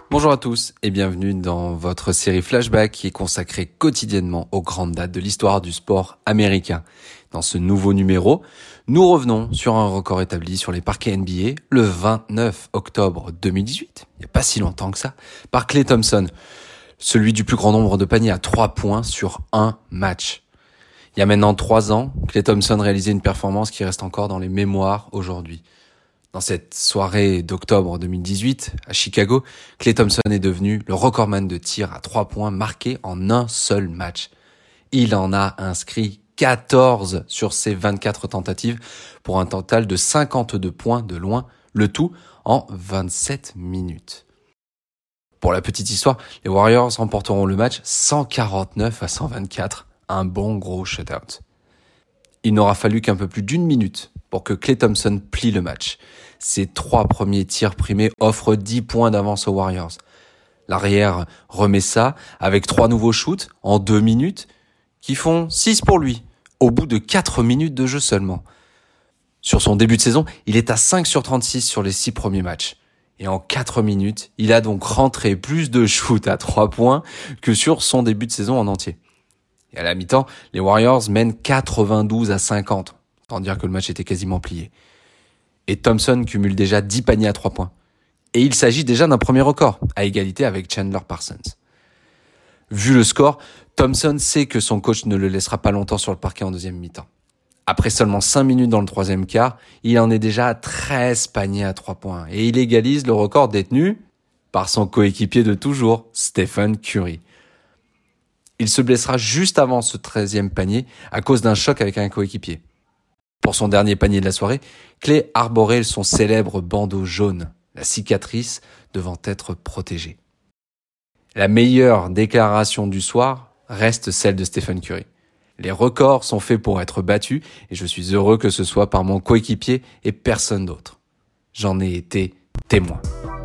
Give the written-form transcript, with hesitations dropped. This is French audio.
Bonjour à tous et bienvenue dans votre série Flashback qui est consacrée quotidiennement aux grandes dates de l'histoire du sport américain. Dans ce nouveau numéro, nous revenons sur un record établi sur les parquets NBA le 29 octobre 2018, il n'y a pas si longtemps que ça, par Klay Thompson, celui du plus grand nombre de paniers à 3 points sur un match. Il y a maintenant 3 ans, Klay Thompson réalisait une performance qui reste encore dans les mémoires aujourd'hui. Dans cette soirée d'octobre 2018, à Chicago, Klay Thompson est devenu le recordman de tirs à 3 points marqués en un seul match. Il en a inscrit 14 sur ses 24 tentatives pour un total de 52 points de loin, le tout en 27 minutes. Pour la petite histoire, les Warriors remporteront le match 149-124, un bon gros shutout. Il n'aura fallu qu'un peu plus d'1 minute pour que Klay Thompson plie le match. Ses 3 premiers tirs primés offrent 10 points d'avance aux Warriors. L'arrière remet ça avec 3 nouveaux shoots en 2 minutes qui font 6 pour lui, au bout de 4 minutes de jeu seulement. Sur son début de saison, il est à 5 sur 36 sur les 6 premiers matchs. Et en 4 minutes, il a donc rentré plus de shoots à 3 points que sur son début de saison en entier. Et à la mi-temps, les Warriors mènent 92-50, autant dire que le match était quasiment plié. Et Thompson cumule déjà 10 paniers à 3 points. Et il s'agit déjà d'un premier record, à égalité avec Chandler Parsons. Vu le score, Thompson sait que son coach ne le laissera pas longtemps sur le parquet en deuxième mi-temps. Après seulement 5 minutes dans le troisième quart, il en est déjà à 13 paniers à 3 points. Et il égalise le record détenu par son coéquipier de toujours, Stephen Curry. Il se blessera juste avant ce 13e panier à cause d'un choc avec un coéquipier. Pour son dernier panier de la soirée, Klay arborait son célèbre bandeau jaune, la cicatrice devant être protégée. La meilleure déclaration du soir reste celle de Stephen Curry. Les records sont faits pour être battus et je suis heureux que ce soit par mon coéquipier et personne d'autre. J'en ai été témoin.